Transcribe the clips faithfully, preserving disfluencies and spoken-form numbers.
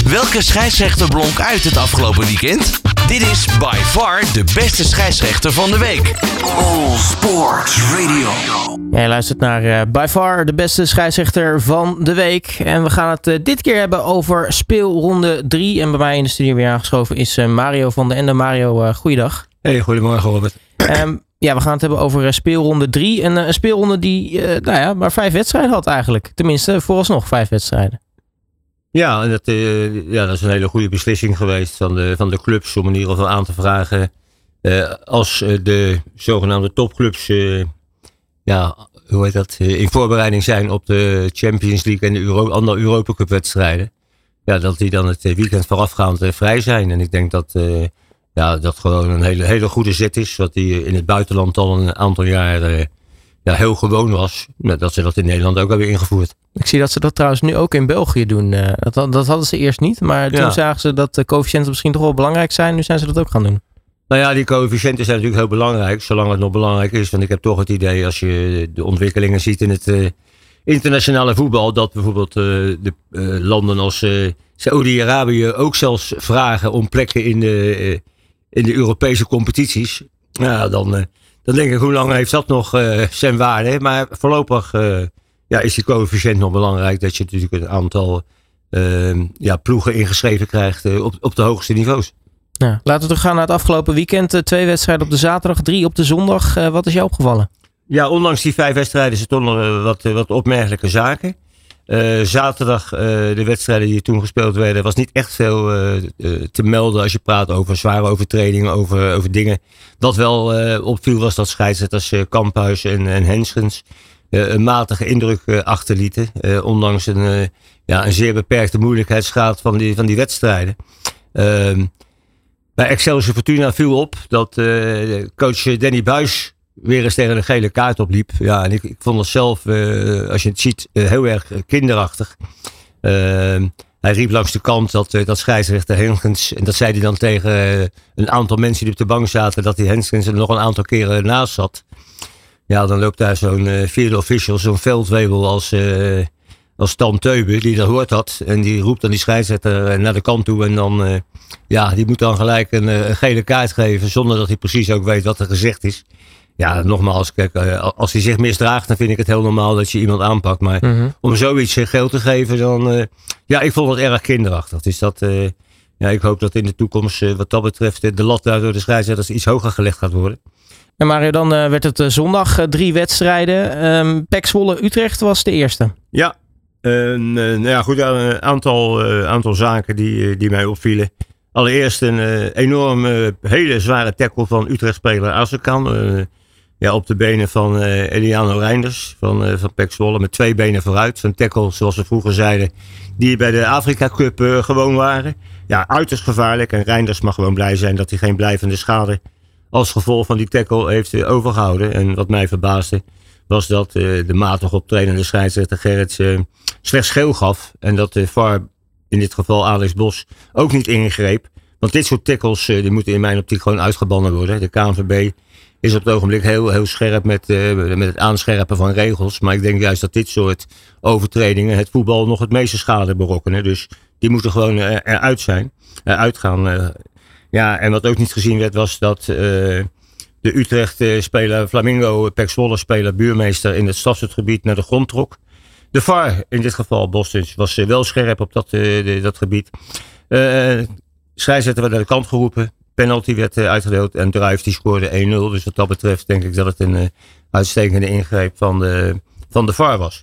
Welke scheidsrechter blonk uit het afgelopen weekend? Dit is by far de beste scheidsrechter van de week. All Sports Radio. Ja, je luistert naar uh, by far de beste scheidsrechter van de week. En we gaan het uh, dit keer hebben over speelronde drie. En bij mij in de studio weer aangeschoven is uh, Mario van de Ende. Mario, uh, goeiedag. Hey, goedemorgen Robert. Um, ja, we gaan het hebben over uh, speelronde drie. En uh, een speelronde die uh, nou ja, maar vijf wedstrijden had eigenlijk. Tenminste, vooralsnog vijf wedstrijden. Ja, dat, uh, ja, dat is een hele goede beslissing geweest van de, van de clubs om in ieder geval aan te vragen. Uh, als uh, de zogenaamde topclubs uh, ja, hoe heet dat, uh, in voorbereiding zijn op de Champions League en de Euro- andere Europa Cup wedstrijden. Ja, dat die dan het weekend voorafgaand uh, vrij zijn. En ik denk dat uh, ja, dat gewoon een hele, hele goede zet is. Wat die in het buitenland al een aantal jaar uh, ja, heel gewoon was. Dat ze dat in Nederland ook hebben ingevoerd. Ik zie dat ze dat trouwens nu ook in België doen. Uh, dat, dat hadden ze eerst niet. Maar toen ja. zagen ze dat de coëfficiënten misschien toch wel belangrijk zijn. Nu zijn ze dat ook gaan doen. Nou ja, die coëfficiënten zijn natuurlijk heel belangrijk. Zolang het nog belangrijk is. Want ik heb toch het idee, als je de ontwikkelingen ziet in het uh, internationale voetbal. Dat bijvoorbeeld uh, de uh, landen als uh, Saoedi-Arabië ook zelfs vragen om plekken in de, uh, in de Europese competities. Nou, dan, uh, dan denk ik, hoe lang heeft dat nog uh, zijn waarde? Maar voorlopig uh, ja, is die coëfficiënt nog belangrijk. Dat je natuurlijk een aantal uh, ja, ploegen ingeschreven krijgt uh, op, op de hoogste niveaus. Ja, laten we teruggaan naar het afgelopen weekend. Uh, twee wedstrijden op de zaterdag, drie op de zondag. Uh, wat is jou opgevallen? Ja, ondanks die vijf wedstrijden is het toch nog uh, wat, uh, wat opmerkelijke zaken. Uh, zaterdag, uh, de wedstrijden die toen gespeeld werden, was niet echt veel uh, uh, te melden als je praat over zware overtredingen, over, over dingen. Wat wel uh, opviel was dat scheidsrechters uh, Kamphuis en, en Henschens uh, een matige indruk uh, achterlieten. Uh, ondanks een, uh, ja, een zeer beperkte moeilijkheidsgraad van die, van die wedstrijden. Uh, bij Excelsior Fortuna viel op dat uh, coach Danny Buijs weer eens tegen een gele kaart opliep. Ja, en ik, ik vond het zelf, uh, als je het ziet, uh, heel erg kinderachtig. Uh, hij riep langs de kant dat, uh, dat scheidsrechter Henschens, en dat zei hij dan tegen uh, een aantal mensen die op de bank zaten, dat die Henschens er nog een aantal keren naast zat. Ja, dan loopt daar zo'n uh, vierde official, zo'n veldwebel als, uh, als Stan Teube, die dat hoort had. En die roept dan die scheidsrechter uh, naar de kant toe en dan, uh, ja, die moet dan gelijk een, uh, een gele kaart geven, zonder dat hij precies ook weet wat er gezegd is. Ja, nogmaals, kijk, als hij zich misdraagt, dan vind ik het heel normaal dat je iemand aanpakt. Maar mm-hmm. om zoiets geld te geven, dan, uh, ja, ik vond het erg kinderachtig. Dus dat, uh, ja, ik hoop dat in de toekomst, uh, wat dat betreft, de lat daar door de scheidsrechters iets hoger gelegd gaat worden. En Mario, dan uh, werd het uh, zondag uh, drie wedstrijden. Um, P E C Zwolle Utrecht was de eerste. Ja, uh, nou ja, goed, een aantal, uh, aantal zaken die, uh, die mij opvielen. Allereerst een uh, enorme, uh, hele zware tackle van Utrecht-speler Azarkan. Uh, Ja, op de benen van uh, Eliano Reinders van, uh, van P E C Zwolle met twee benen vooruit. Zo'n tackle, zoals we vroeger zeiden, die bij de Afrika Cup uh, gewoon waren. Ja, uiterst gevaarlijk. En Reinders mag gewoon blij zijn dat hij geen blijvende schade als gevolg van die tackle heeft uh, overgehouden. En wat mij verbaasde was dat uh, de matig optredende scheidsrechter Gerrits uh, slechts geel gaf. En dat de V A R, in dit geval Alex Bos, ook niet ingreep. Want dit soort tackles uh, die moeten in mijn optiek gewoon uitgebannen worden. De K N V B is op het ogenblik heel, heel scherp met, uh, met het aanscherpen van regels. Maar ik denk juist dat dit soort overtredingen het voetbal nog het meeste schade berokkenen. Dus die moeten gewoon uh, eruit zijn, eruit gaan. Uh, ja, en wat ook niet gezien werd was dat uh, de Utrecht-speler Flamingo, P E C Zwolle-speler, buurmeester in het stadsgebied naar de grond trok. De V A R, in dit geval Bostens, was uh, wel scherp op dat, uh, de, dat gebied. Uh, scheidsrechter werd naar de kant geroepen. Penalty werd uh, uitgedeeld en Druijf die scoorde één nul. Dus wat dat betreft denk ik dat het een uh, uitstekende ingreep van de, van de V A R was.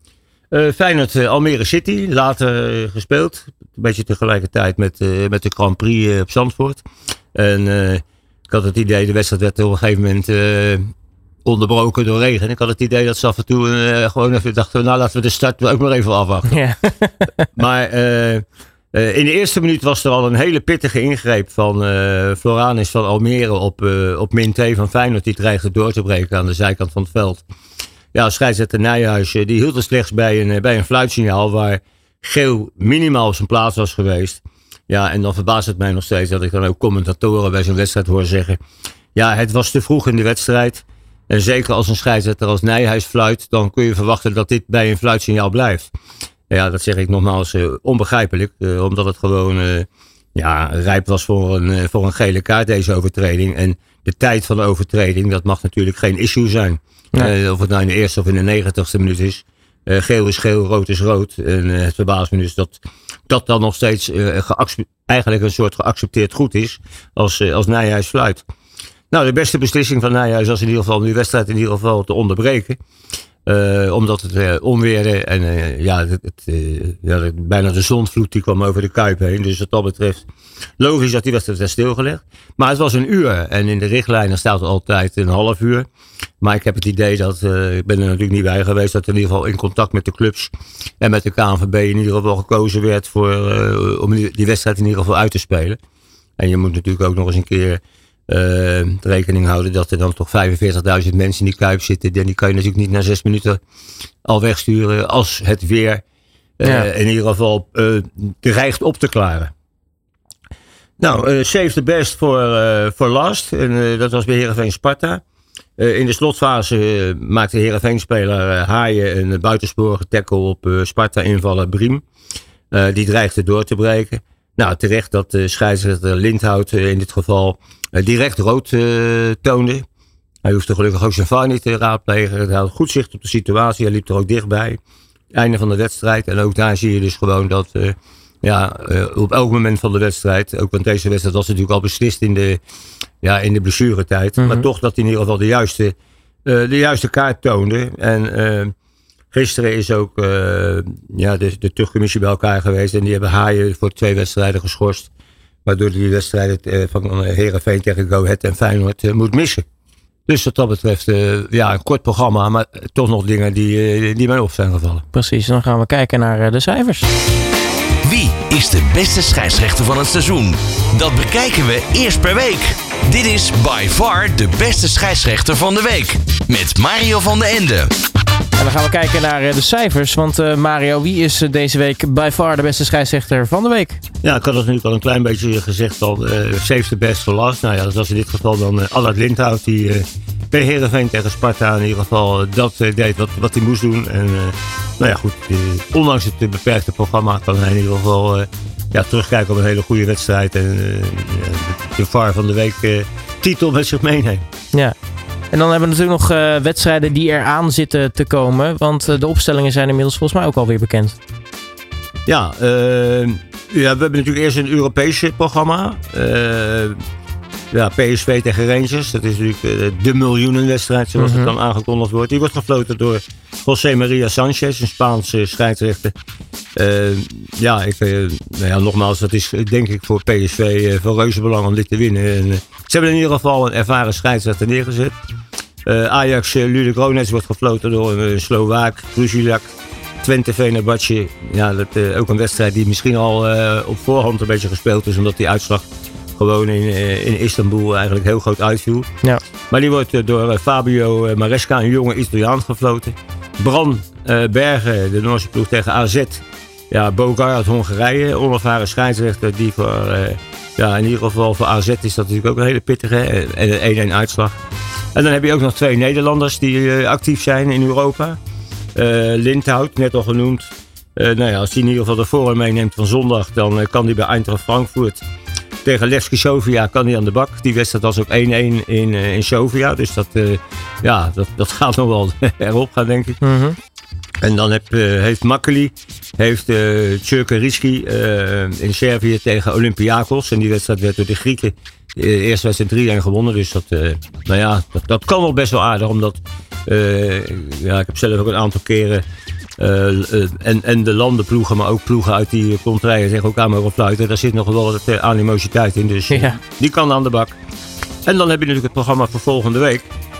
Uh, Feyenoord uh, Almere City, later uh, gespeeld. Een beetje tegelijkertijd met, uh, met de Grand Prix uh, op Zandvoort. En uh, ik had het idee, de wedstrijd werd op een gegeven moment uh, onderbroken door regen. Ik had het idee dat ze af en toe uh, gewoon even dachten, nou laten we de start ook maar even afwachten. Yeah. maar... Uh, Uh, in de eerste minuut was er al een hele pittige ingreep van uh, Floranis van Almere op, uh, op min twee van Feyenoord. Die dreigde door te breken aan de zijkant van het veld. Ja, scheidsrechter Nijhuis uh, die hield er slechts bij een, uh, bij een fluitsignaal waar geel minimaal op zijn plaats was geweest. Ja, en dan verbaast het mij nog steeds dat ik dan ook commentatoren bij zo'n wedstrijd hoor zeggen. Ja, het was te vroeg in de wedstrijd. En zeker als een scheidsrechter als Nijhuis fluit, dan kun je verwachten dat dit bij een fluitsignaal blijft. Ja, dat zeg ik nogmaals uh, onbegrijpelijk. Uh, omdat het gewoon uh, ja, rijp was voor een, uh, voor een gele kaart, deze overtreding. En de tijd van de overtreding, dat mag natuurlijk geen issue zijn. Nee. Uh, of het nou in de eerste of in de negentigste minuut is. Uh, geel is geel, rood is rood. En uh, het verbaast me dus dat dat dan nog steeds uh, eigenlijk een soort geaccepteerd goed is. Als, uh, als Nijhuis fluit. Nou, de beste beslissing van Nijhuis was in ieder geval om die wedstrijd in ieder geval te onderbreken. Uh, omdat het uh, onweerde en uh, ja, het, het, uh, ja, bijna de zondvloed die kwam over de Kuip heen. Dus wat dat betreft logisch dat die wedstrijd werd stilgelegd. Maar het was een uur en in de richtlijnen staat er altijd een half uur. Maar ik heb het idee dat, uh, ik ben er natuurlijk niet bij geweest, dat in ieder geval in contact met de clubs en met de K N V B in ieder geval gekozen werd voor, uh, om die wedstrijd in ieder geval uit te spelen. En je moet natuurlijk ook nog eens een keer Uh, rekening houden dat er dan toch vijfenveertigduizend mensen in die Kuip zitten. En die kan je natuurlijk niet na zes minuten al wegsturen als het weer uh, ja. in ieder geval uh, dreigt op te klaren. Nou, uh, save the best voor uh, for last. En uh, dat was bij Heerenveen Sparta. Uh, in de slotfase uh, maakte Heerenveen-speler uh, Haaien een buitensporige tackle op uh, Sparta-invaller Briem. Uh, die dreigde door te breken. Nou, terecht dat de scheidsrechter Lindhout uh, in dit geval uh, direct rood uh, toonde. Hij hoefde gelukkig ook zijn V A R niet te raadplegen. Hij had goed zicht op de situatie. Hij liep er ook dichtbij. Einde van de wedstrijd. En ook daar zie je dus gewoon dat uh, ja, uh, op elk moment van de wedstrijd, ook want deze wedstrijd was natuurlijk al beslist in de, ja, in de blessuretijd. Mm-hmm. Maar toch dat hij in ieder geval de juiste, uh, de juiste kaart toonde. En uh, gisteren is ook uh, ja, de, de tuchtcommissie bij elkaar geweest. En die hebben Haaien voor twee wedstrijden geschorst. Waardoor die wedstrijden uh, van Heerenveen tegen Go Ahead en Feyenoord uh, moet missen. Dus wat dat betreft uh, ja, een kort programma. Maar toch nog dingen die, uh, die mij op zijn gevallen. Precies, dan gaan we kijken naar uh, de cijfers. Wie is de beste scheidsrechter van het seizoen? Dat bekijken we eerst per week. Dit is by far de beste scheidsrechter van de week. Met Mario van den Ende. En dan gaan we kijken naar uh, de cijfers. Want uh, Mario, wie is uh, deze week by far de beste scheidsrechter van de week? Ja, ik had het natuurlijk al een klein beetje gezegd al. Uh, save the best for last. Nou ja, dat was in dit geval dan uh, Allard Lindhout. Die uh, bij Heerenveen tegen Sparta in ieder geval uh, dat uh, deed wat, wat hij moest doen. En uh, nou ja, goed. Uh, ondanks het uh, beperkte programma kan hij in ieder geval uh, ja, terugkijken op een hele goede wedstrijd. En uh, de, de V A R van de week uh, titel met zich meenemen. Ja. En dan hebben we natuurlijk nog uh, wedstrijden die eraan zitten te komen. Want uh, de opstellingen zijn inmiddels volgens mij ook alweer bekend. Ja, uh, ja, we hebben natuurlijk eerst een Europees programma. Uh, ja, P S V tegen Rangers. Dat is natuurlijk uh, de miljoenenwedstrijd zoals mm-hmm. het dan aangekondigd wordt. Die wordt gefloten door José María Sanchez, een Spaanse scheidsrechter. Uh, ja, ik, uh, nou ja, nogmaals, dat is denk ik voor P S V uh, van reuze belang om dit te winnen. En, uh, ze hebben in ieder geval een ervaren scheidsrechter neergezet. Uh, Ajax uh, Ludo Gronets wordt gefloten door een uh, Slovaak, Kružíľak. Twente Fenerbahce, ja, dat uh, ook een wedstrijd die misschien al uh, op voorhand een beetje gespeeld is, omdat die uitslag gewoon in, uh, in Istanbul eigenlijk heel groot uitviel. Ja. Maar die wordt uh, door uh, Fabio uh, Maresca, een jonge Italiaan, gefloten. Bran uh, Bergen, de Noorse ploeg tegen A Z. Ja, Bogar uit Hongarije, onervaren scheidsrechter die voor, uh, ja, in ieder geval voor A Z is dat natuurlijk ook een hele pittige en een één-één uitslag. En dan heb je ook nog twee Nederlanders die uh, actief zijn in Europa. Uh, Lindhout, net al genoemd. Uh, nou ja, als hij in ieder geval de voorrang meeneemt van zondag, dan uh, kan hij bij Eintracht Frankfurt tegen Levski Sofia kan hij aan de bak. Die wedstrijd was ook één-één in, uh, in Sofia. Dus dat, uh, ja, dat, dat gaat nog wel erop gaan, denk ik. Mm-hmm. En dan heb, uh, heeft Makkeli, heeft uh, Tjurke Ritski uh, in Servië tegen Olympiakos. En die wedstrijd werd door de Grieken de eerste wedstrijd drie-één gewonnen. Dus dat, uh, nou ja, dat, dat kan wel best wel aardig. Omdat, uh, ja, ik heb zelf ook een aantal keren Uh, uh, en, en de landenploegen, maar ook ploegen uit die contraien tegen elkaar mogen fluiten. Daar zit nog wel wat uh, animositeit in, dus uh, ja. die kan aan de bak. En dan heb je natuurlijk het programma voor volgende week.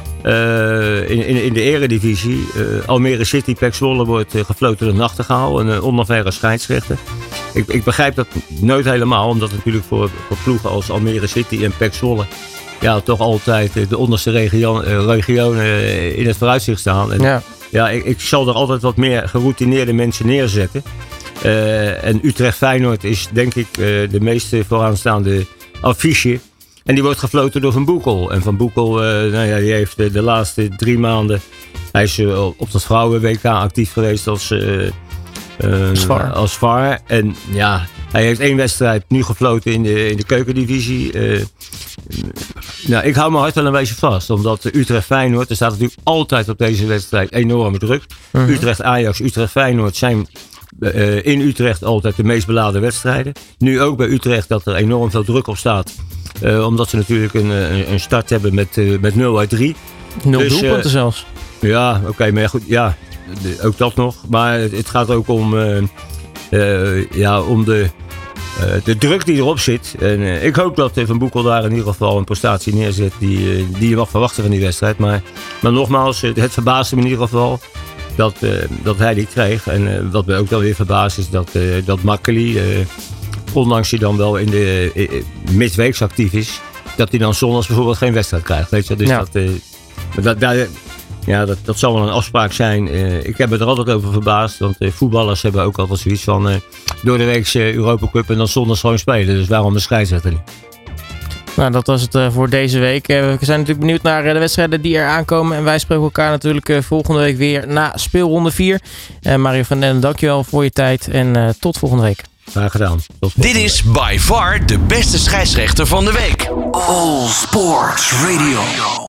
Uh, in, in, in de eredivisie. Uh, Almere City, P E C Zwolle wordt uh, gefloten door Nachtegaal, een uh, onervaren scheidsrechter. Ik, ik begrijp dat nooit helemaal, omdat natuurlijk voor, voor ploegen als Almere City en P E C Zwolle ja, toch altijd uh, de onderste regio, uh, regionen uh, in het vooruitzicht staan. En, ja. Ja, ik, ik zal er altijd wat meer geroutineerde mensen neerzetten. Uh, en Utrecht Feyenoord is denk ik uh, de meest vooraanstaande affiche. En die wordt gefloten door Van Boekel. En Van Boekel, uh, nou ja, die heeft uh, de laatste drie maanden... Hij is uh, op dat vrouwen-W K actief geweest als, uh, Uh, als V A R. Als V A R. En ja, hij heeft één wedstrijd nu gefloten in de, in de keukendivisie. Uh, nou, ik hou mijn hart wel een beetje vast. Omdat Utrecht-Feyenoord, er staat natuurlijk altijd op deze wedstrijd enorme druk. Mm-hmm. Utrecht-Ajax, Utrecht-Feyenoord zijn uh, in Utrecht altijd de meest beladen wedstrijden. Nu ook bij Utrecht dat er enorm veel druk op staat. Uh, omdat ze natuurlijk een, een start hebben met, uh, met nul uit drie. Nul dus, doelpunten uh, zelfs. Ja, oké, okay, maar goed, ja, de, ook dat nog. Maar het, het gaat ook om, uh, uh, ja, om de, uh, de druk die erop zit. En uh, ik hoop dat Van Boekel daar in ieder geval een prestatie neerzet die, uh, die je mag verwachten van die wedstrijd. Maar, maar nogmaals, het verbaasde me in ieder geval dat, uh, dat hij die kreeg. En uh, wat me ook wel weer verbaast is dat, uh, dat Makkeli, uh, ondanks hij dan wel in de uh, midweeks actief is, dat hij dan zondags bijvoorbeeld geen wedstrijd krijgt. Weet je? Dus ja. dat, uh, dat, dat, ja, dat, dat zal wel een afspraak zijn. Uh, ik heb me er altijd over verbaasd. Want uh, voetballers hebben ook altijd zoiets van uh, door de week uh, Europa Cup en dan zondags gewoon spelen. Dus waarom een scheidsrechter niet? Nou, dat was het uh, voor deze week. Uh, we zijn natuurlijk benieuwd naar uh, de wedstrijden die er aankomen. En wij spreken elkaar natuurlijk uh, volgende week weer na speelronde vier. Uh, Mario van den Ende, dankjewel voor je tijd. En uh, tot volgende week. Graag gedaan. Tot Dit is by far de beste scheidsrechter van de week. All Sports Radio.